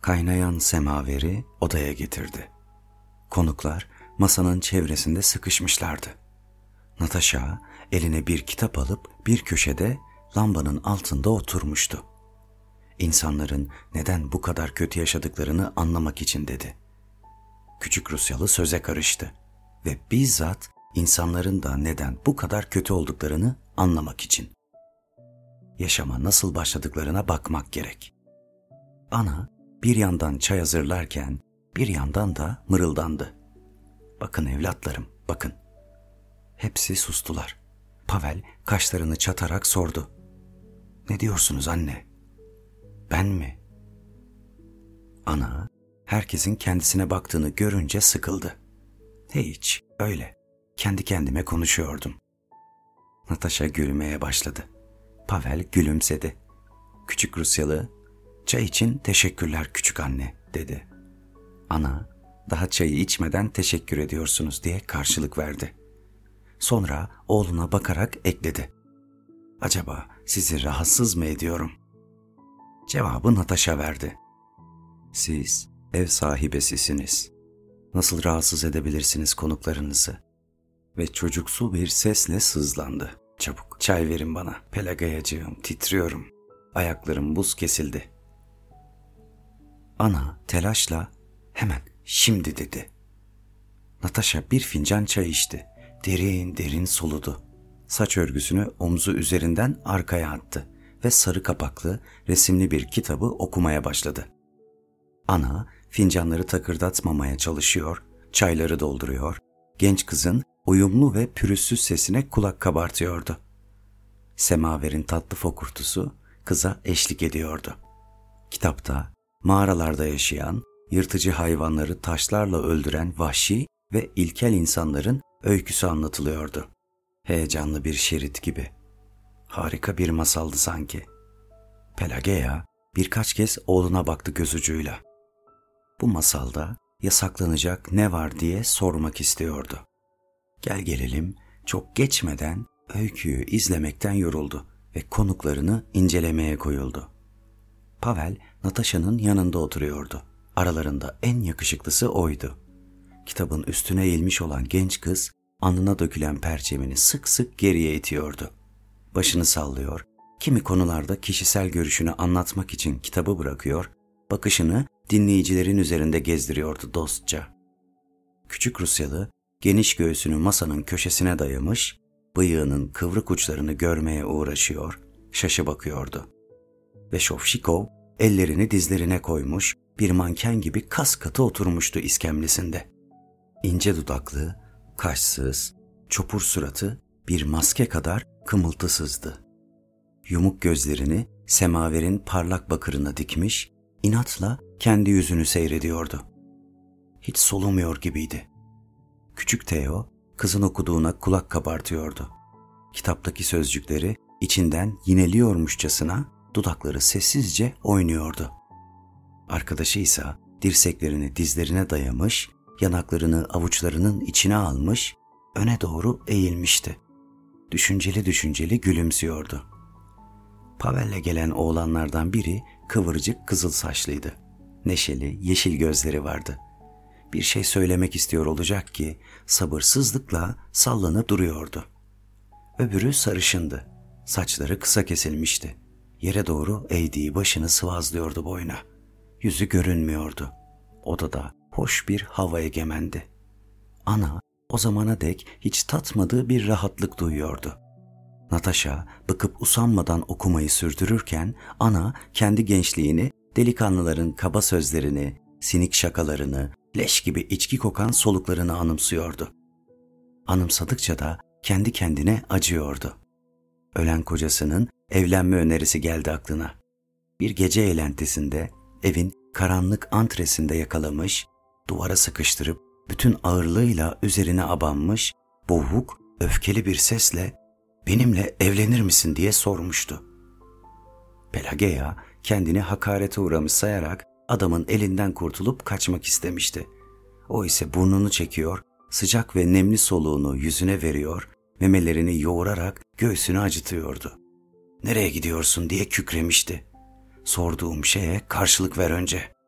Kaynayan semaveri odaya getirdi. Konuklar masanın çevresinde sıkışmışlardı. Natasha eline bir kitap alıp bir köşede lambanın altında oturmuştu. İnsanların neden bu kadar kötü yaşadıklarını anlamak için dedi. Küçük Rusyalı söze karıştı ve bizzat insanların da neden bu kadar kötü olduklarını anlamak için. Yaşama nasıl başladıklarına bakmak gerek. Ana bir yandan çay hazırlarken bir yandan da mırıldandı. Bakın evlatlarım, bakın. Hepsi sustular. Pavel kaşlarını çatarak sordu. Ne diyorsunuz anne? Ben mi? Ana herkesin kendisine baktığını görünce sıkıldı. Hiç, öyle. Kendi kendime konuşuyordum. Natasha gülmeye başladı. Pavel gülümsedi. Küçük Rusyalı, çay için teşekkürler küçük anne, dedi. Ana, daha çayı içmeden teşekkür ediyorsunuz diye karşılık verdi. Sonra oğluna bakarak ekledi. Acaba sizi rahatsız mı ediyorum? Cevabı Natasha verdi. Siz ev sahibesisiniz. Nasıl rahatsız edebilirsiniz konuklarınızı? Ve çocuksu bir sesle sızlandı. Çabuk çay verin bana. Pelageyacığım, titriyorum. Ayaklarım buz kesildi. Ana telaşla hemen şimdi dedi. Natasha bir fincan çay içti. Derin derin soludu. Saç örgüsünü omzu üzerinden arkaya attı ve sarı kapaklı resimli bir kitabı okumaya başladı. Ana fincanları takırdatmamaya çalışıyor, çayları dolduruyor, genç kızın uyumlu ve pürüzsüz sesine kulak kabartıyordu. Semaverin tatlı fokurtusu kıza eşlik ediyordu. Kitapta mağaralarda yaşayan, yırtıcı hayvanları taşlarla öldüren vahşi ve ilkel insanların öyküsü anlatılıyordu. Heyecanlı bir şerit gibi. Harika bir masaldı sanki. Pelageya birkaç kez oğluna baktı göz ucuyla. Bu masalda yasaklanacak ne var diye sormak istiyordu. Gel gelelim çok geçmeden öyküyü izlemekten yoruldu ve konuklarını incelemeye koyuldu. Pavel, Natasha'nın yanında oturuyordu. Aralarında en yakışıklısı oydu. Kitabın üstüne eğilmiş olan genç kız, alnına dökülen perçemini sık sık geriye itiyordu. Başını sallıyor, kimi konularda kişisel görüşünü anlatmak için kitabı bırakıyor, bakışını dinleyicilerin üzerinde gezdiriyordu dostça. Küçük Rusyalı, geniş göğsünü masanın köşesine dayamış, bıyığının kıvrık uçlarını görmeye uğraşıyor, şaşı bakıyordu. Ve Şovşikov ellerini dizlerine koymuş, bir manken gibi kas katı oturmuştu iskemlesinde. İnce dudaklı, kaşsız, çopur suratı bir maske kadar kımıltısızdı. Yumuk gözlerini semaverin parlak bakırına dikmiş, inatla kendi yüzünü seyrediyordu. Hiç solumuyor gibiydi. Küçük Theo, kızın okuduğuna kulak kabartıyordu. Kitaptaki sözcükleri içinden yineliyormuşçasına dudakları sessizce oynuyordu. Arkadaşı ise dirseklerini dizlerine dayamış, yanaklarını avuçlarının içine almış, öne doğru eğilmişti. Düşünceli düşünceli gülümsüyordu. Pavel'le gelen oğlanlardan biri kıvırcık kızıl saçlıydı. Neşeli, yeşil gözleri vardı. Bir şey söylemek istiyor olacak ki sabırsızlıkla sallanıp duruyordu. Öbürü sarışındı. Saçları kısa kesilmişti. Yere doğru eğdiği başını sıvazlıyordu boyuna. Yüzü görünmüyordu. Odada hoş bir hava egemendi. Ana o zamana dek hiç tatmadığı bir rahatlık duyuyordu. Natasha bıkıp usanmadan okumayı sürdürürken ana kendi gençliğini, delikanlıların kaba sözlerini, sinik şakalarını, leş gibi içki kokan soluklarını anımsıyordu. Anımsadıkça da kendi kendine acıyordu. Ölen kocasının evlenme önerisi geldi aklına. Bir gece eğlentisinde evin karanlık antresinde yakalamış, duvara sıkıştırıp bütün ağırlığıyla üzerine abanmış, boğuk, öfkeli bir sesle "Benimle evlenir misin?" diye sormuştu. Pelageya kendini hakarete uğramış sayarak adamın elinden kurtulup kaçmak istemişti. O ise burnunu çekiyor, sıcak ve nemli soluğunu yüzüne veriyor, memelerini yoğurarak göğsünü acıtıyordu. "Nereye gidiyorsun?" diye kükremişti. "Sorduğum şeye karşılık ver önce."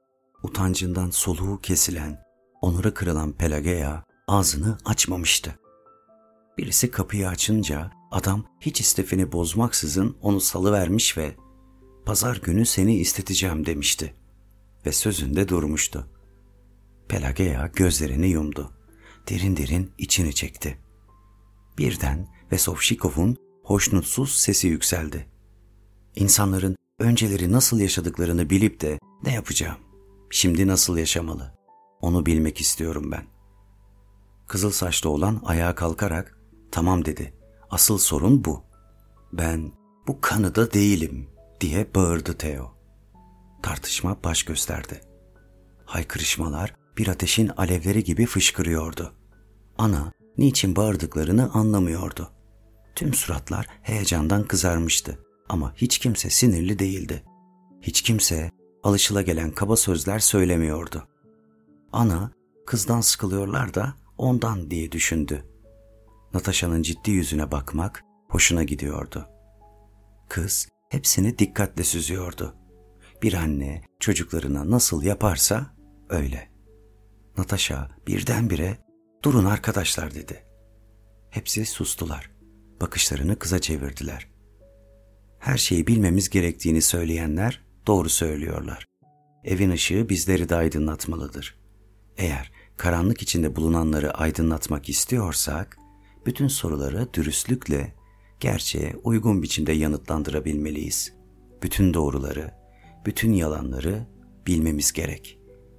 Utancından soluğu kesilen, onuru kırılan Pelageya ağzını açmamıştı. Birisi kapıyı açınca adam hiç istifini bozmaksızın onu salıvermiş ve "Pazar günü seni isteteceğim" demişti. Ve sözünde durmuştu. Pelageya gözlerini yumdu. Derin derin içini çekti. Birden Vesovşikov'un hoşnutsuz sesi yükseldi. İnsanların önceleri nasıl yaşadıklarını bilip de ne yapacağım? Şimdi nasıl yaşamalı? Onu bilmek istiyorum ben. Kızıl saçlı oğlan ayağa kalkarak "Tamam" dedi. "Asıl sorun bu. Ben bu kanıda değilim" diye bağırdı Theo. Tartışma baş gösterdi. Haykırışmalar bir ateşin alevleri gibi fışkırıyordu. Ana niçin bağırdıklarını anlamıyordu. Tüm suratlar heyecandan kızarmıştı ama hiç kimse sinirli değildi. Hiç kimse alışılegelen kaba sözler söylemiyordu. Ana kızdan sıkılıyorlar da ondan diye düşündü. Natasha'nın ciddi yüzüne bakmak hoşuna gidiyordu. Kız hepsini dikkatle süzüyordu. Bir anne çocuklarına nasıl yaparsa öyle. Natasha birdenbire "Durun arkadaşlar" dedi. Hepsi sustular. Bakışlarını kıza çevirdiler. Her şeyi bilmemiz gerektiğini söyleyenler doğru söylüyorlar. Evin ışığı bizleri de aydınlatmalıdır. Eğer karanlık içinde bulunanları aydınlatmak istiyorsak, bütün soruları dürüstlükle, gerçeğe uygun biçimde yanıtlandırabilmeliyiz. Bütün doğruları, bütün yalanları bilmemiz gerek.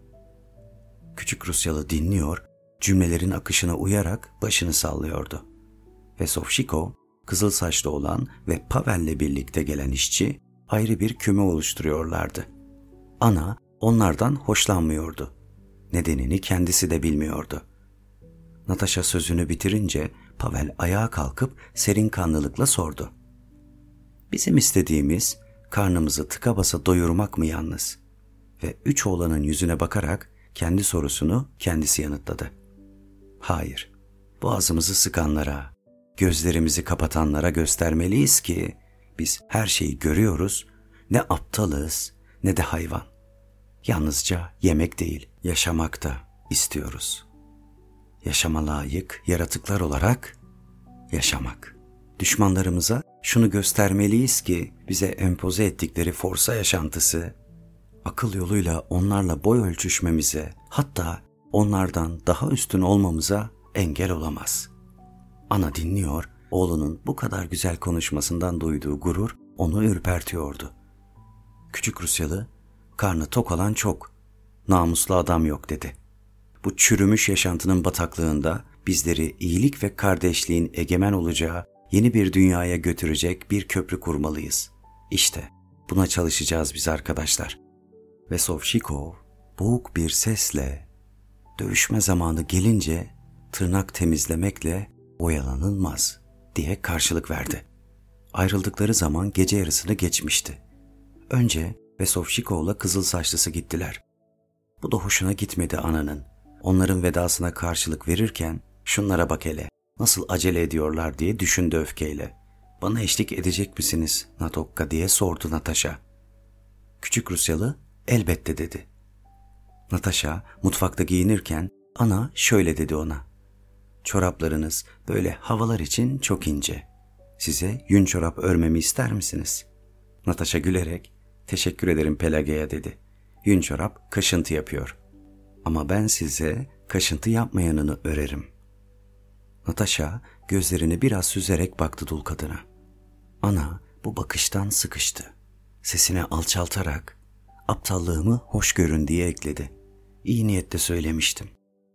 Küçük Rusyalı dinliyor, cümlelerin akışına uyarak başını sallıyordu. Vesovşikov, kızıl saçlı olan ve Pavel'le birlikte gelen işçi ayrı bir küme oluşturuyorlardı. Ana onlardan hoşlanmıyordu. Nedenini kendisi de bilmiyordu. Natasha sözünü bitirince Pavel ayağa kalkıp serin kanlılıkla sordu. "Bizim istediğimiz karnımızı tıka basa doyurmak mı yalnız?" Ve üç oğlanın yüzüne bakarak kendi sorusunu kendisi yanıtladı. "Hayır, boğazımızı sıkanlara, gözlerimizi kapatanlara göstermeliyiz ki biz her şeyi görüyoruz, ne aptalız ne de hayvan. Yalnızca yemek değil, yaşamak da istiyoruz. Yaşama layık yaratıklar olarak yaşamak. Düşmanlarımıza şunu göstermeliyiz ki bize empoze ettikleri forsa yaşantısı, akıl yoluyla onlarla boy ölçüşmemize, hatta onlardan daha üstün olmamıza engel olamaz." Ana dinliyor, oğlunun bu kadar güzel konuşmasından duyduğu gurur onu ürpertiyordu. Küçük Rusyalı, "Karnı tok olan çok, namuslu adam yok" dedi. "Bu çürümüş yaşantının bataklığında bizleri iyilik ve kardeşliğin egemen olacağı yeni bir dünyaya götürecek bir köprü kurmalıyız. İşte buna çalışacağız biz arkadaşlar." Vesovşikov boğuk bir sesle, "Dövüşme zamanı gelince tırnak temizlemekle oyalanılmaz" diye karşılık verdi. Ayrıldıkları zaman gece yarısını geçmişti. Önce Vesovşikov'la kızıl saçlısı gittiler. Bu da hoşuna gitmedi ananın. Onların vedasına karşılık verirken "Şunlara bak hele, nasıl acele ediyorlar" diye düşündü öfkeyle. "Bana eşlik edecek misiniz Natokka?" diye sordu Natasha. Küçük Rusyalı "Elbette" dedi. Natasha mutfakta giyinirken ana şöyle dedi ona: "Çoraplarınız böyle havalar için çok ince. Size yün çorap örmemi ister misiniz?" Natasha gülerek "Teşekkür ederim Pelageya" dedi. "Yün çorap kaşıntı yapıyor. Ama ben size kaşıntı yapmayanını örerim." Natasha gözlerini biraz süzerek baktı dul kadına. Ana bu bakıştan sıkıştı. Sesini alçaltarak "Aptallığımı hoş görün" diye ekledi. "İyi niyetle söylemiştim."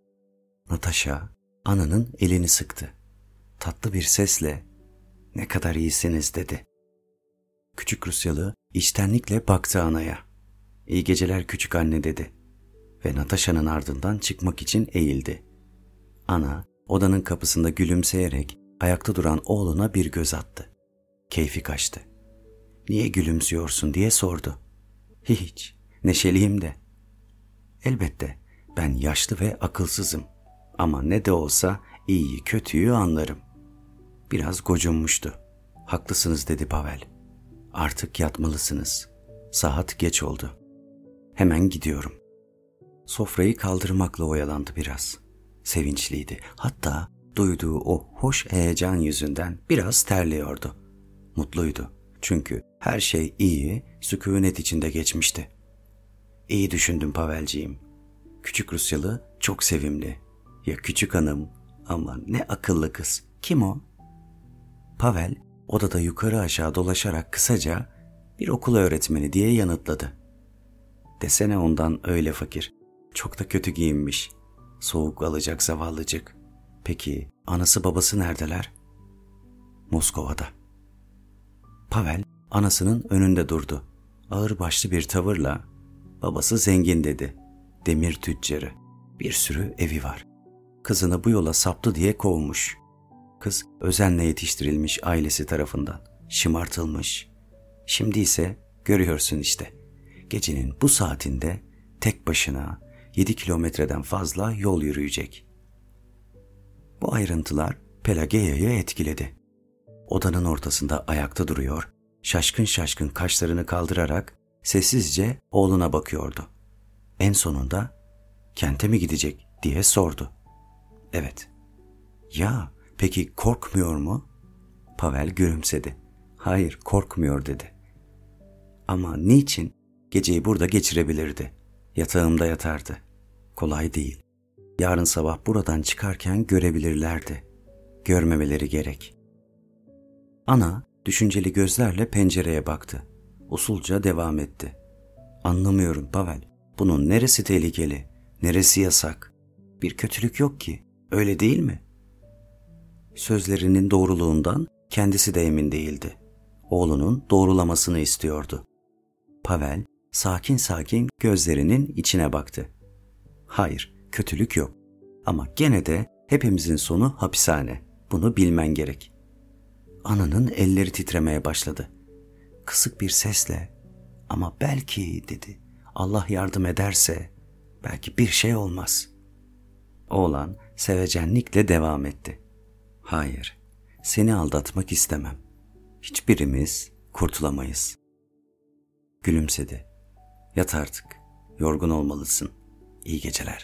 Natasha ananın elini sıktı. Tatlı bir sesle "Ne kadar iyisiniz" dedi. Küçük Rusyalı içtenlikle baktı anaya. "İyi geceler küçük anne" dedi. Ve Natasha'nın ardından çıkmak için eğildi. Ana odanın kapısında gülümseyerek ayakta duran oğluna bir göz attı. Keyfi kaçtı. "Niye gülümsüyorsun?" diye sordu. "Hiç, neşeliyim de." "Elbette ben yaşlı ve akılsızım ama ne de olsa iyiyi kötüyü anlarım." Biraz gocunmuştu. "Haklısınız" dedi Pavel. "Artık yatmalısınız. Saat geç oldu. Hemen gidiyorum." Sofrayı kaldırmakla oyalandı biraz. Sevinçliydi. Hatta duyduğu o hoş heyecan yüzünden biraz terliyordu. Mutluydu. Çünkü her şey iyi, sükunet içinde geçmişti. İyi düşündün Pavelciğim. Küçük Rusyalı çok sevimli. Ya küçük hanım, ama ne akıllı kız. Kim o? Pavel odada yukarı aşağı dolaşarak kısaca bir okul öğretmeni diye yanıtladı. Desene ondan öyle fakir. Çok da kötü giyinmiş. Soğuk alacak zavallıcık. Peki anası babası neredeler? Moskova'da. Pavel anasının önünde durdu. Ağırbaşlı bir tavırla babası zengin dedi. Demir tüccarı. Bir sürü evi var. Kızını bu yola saptı diye kovmuş. Kız özenle yetiştirilmiş ailesi tarafından. Şımartılmış. Şimdi ise görüyorsun işte. Gecenin bu saatinde tek başına 7 kilometreden fazla yol yürüyecek. Bu ayrıntılar Pelageya'yı etkiledi. Odanın ortasında ayakta duruyor, şaşkın şaşkın kaşlarını kaldırarak sessizce oğluna bakıyordu. En sonunda kente mi gidecek diye sordu. Evet. Ya peki korkmuyor mu? Pavel gülümsedi. Hayır, korkmuyor dedi. Ama niçin? Geceyi burada geçirebilirdi. Yatağımda yatardı. Kolay değil. Yarın sabah buradan çıkarken görebilirlerdi. Görmemeleri gerek. Ana düşünceli gözlerle pencereye baktı. Usulca devam etti. Anlamıyorum Pavel. Bunun neresi tehlikeli? Neresi yasak? Bir kötülük yok ki. Öyle değil mi? Sözlerinin doğruluğundan kendisi de emin değildi. Oğlunun doğrulamasını istiyordu. Pavel sakin sakin gözlerinin içine baktı. Hayır, kötülük yok. Ama gene de hepimizin sonu hapishane. Bunu bilmen gerek. Ananın elleri titremeye başladı. Kısık bir sesle, ama belki dedi, Allah yardım ederse belki bir şey olmaz. Oğlan sevecenlikle devam etti. Hayır, seni aldatmak istemem. Hiçbirimiz kurtulamayız. Gülümsedi. Yat artık, yorgun olmalısın. İyi geceler.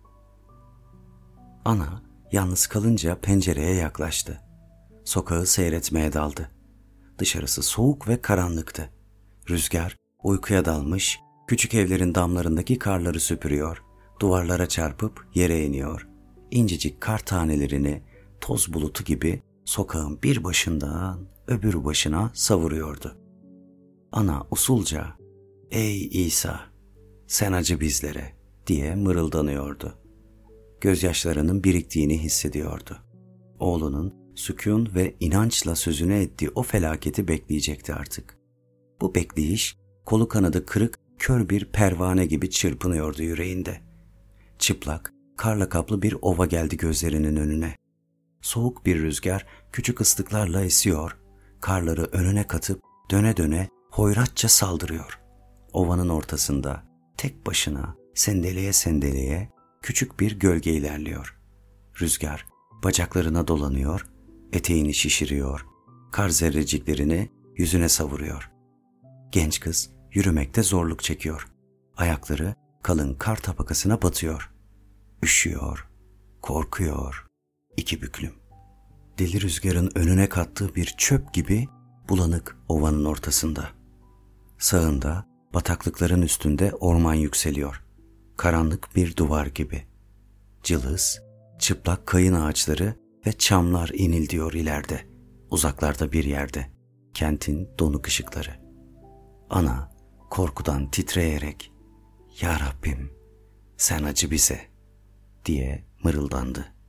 Ana yalnız kalınca pencereye yaklaştı. Sokağı seyretmeye daldı. Dışarısı soğuk ve karanlıktı. Rüzgar uykuya dalmış, küçük evlerin damlarındaki karları süpürüyor, duvarlara çarpıp yere iniyor. İncecik kar tanelerini toz bulutu gibi sokağın bir başından öbür başına savuruyordu. Ana usulca, "Ey İsa, sen acı bizlere," diye mırıldanıyordu. Gözyaşlarının biriktiğini hissediyordu. Oğlunun sükûn ve inançla sözünü ettiği o felaketi bekleyecekti artık. Bu bekleyiş kolu kanadı kırık kör bir pervane gibi çırpınıyordu yüreğinde. Çıplak, karla kaplı bir ova geldi gözlerinin önüne. Soğuk bir rüzgar küçük ıslıklarla esiyor, karları önüne katıp döne döne hoyratça saldırıyor. Ovanın ortasında tek başına sendeleye sendeleye küçük bir gölge ilerliyor. Rüzgar bacaklarına dolanıyor, eteğini şişiriyor, kar zerreciklerini yüzüne savuruyor. Genç kız yürümekte zorluk çekiyor. Ayakları kalın kar tabakasına batıyor. Üşüyor, korkuyor, iki büklüm. Deli rüzgarın önüne kattığı bir çöp gibi bulanık ovanın ortasında. Sağında bataklıkların üstünde orman yükseliyor. Karanlık bir duvar gibi. Cılız, çıplak kayın ağaçları ve çamlar inildiyor ileride. Uzaklarda bir yerde. Kentin donuk ışıkları. Ana korkudan titreyerek, "Ya Rabbim, sen acı bize," diye mırıldandı.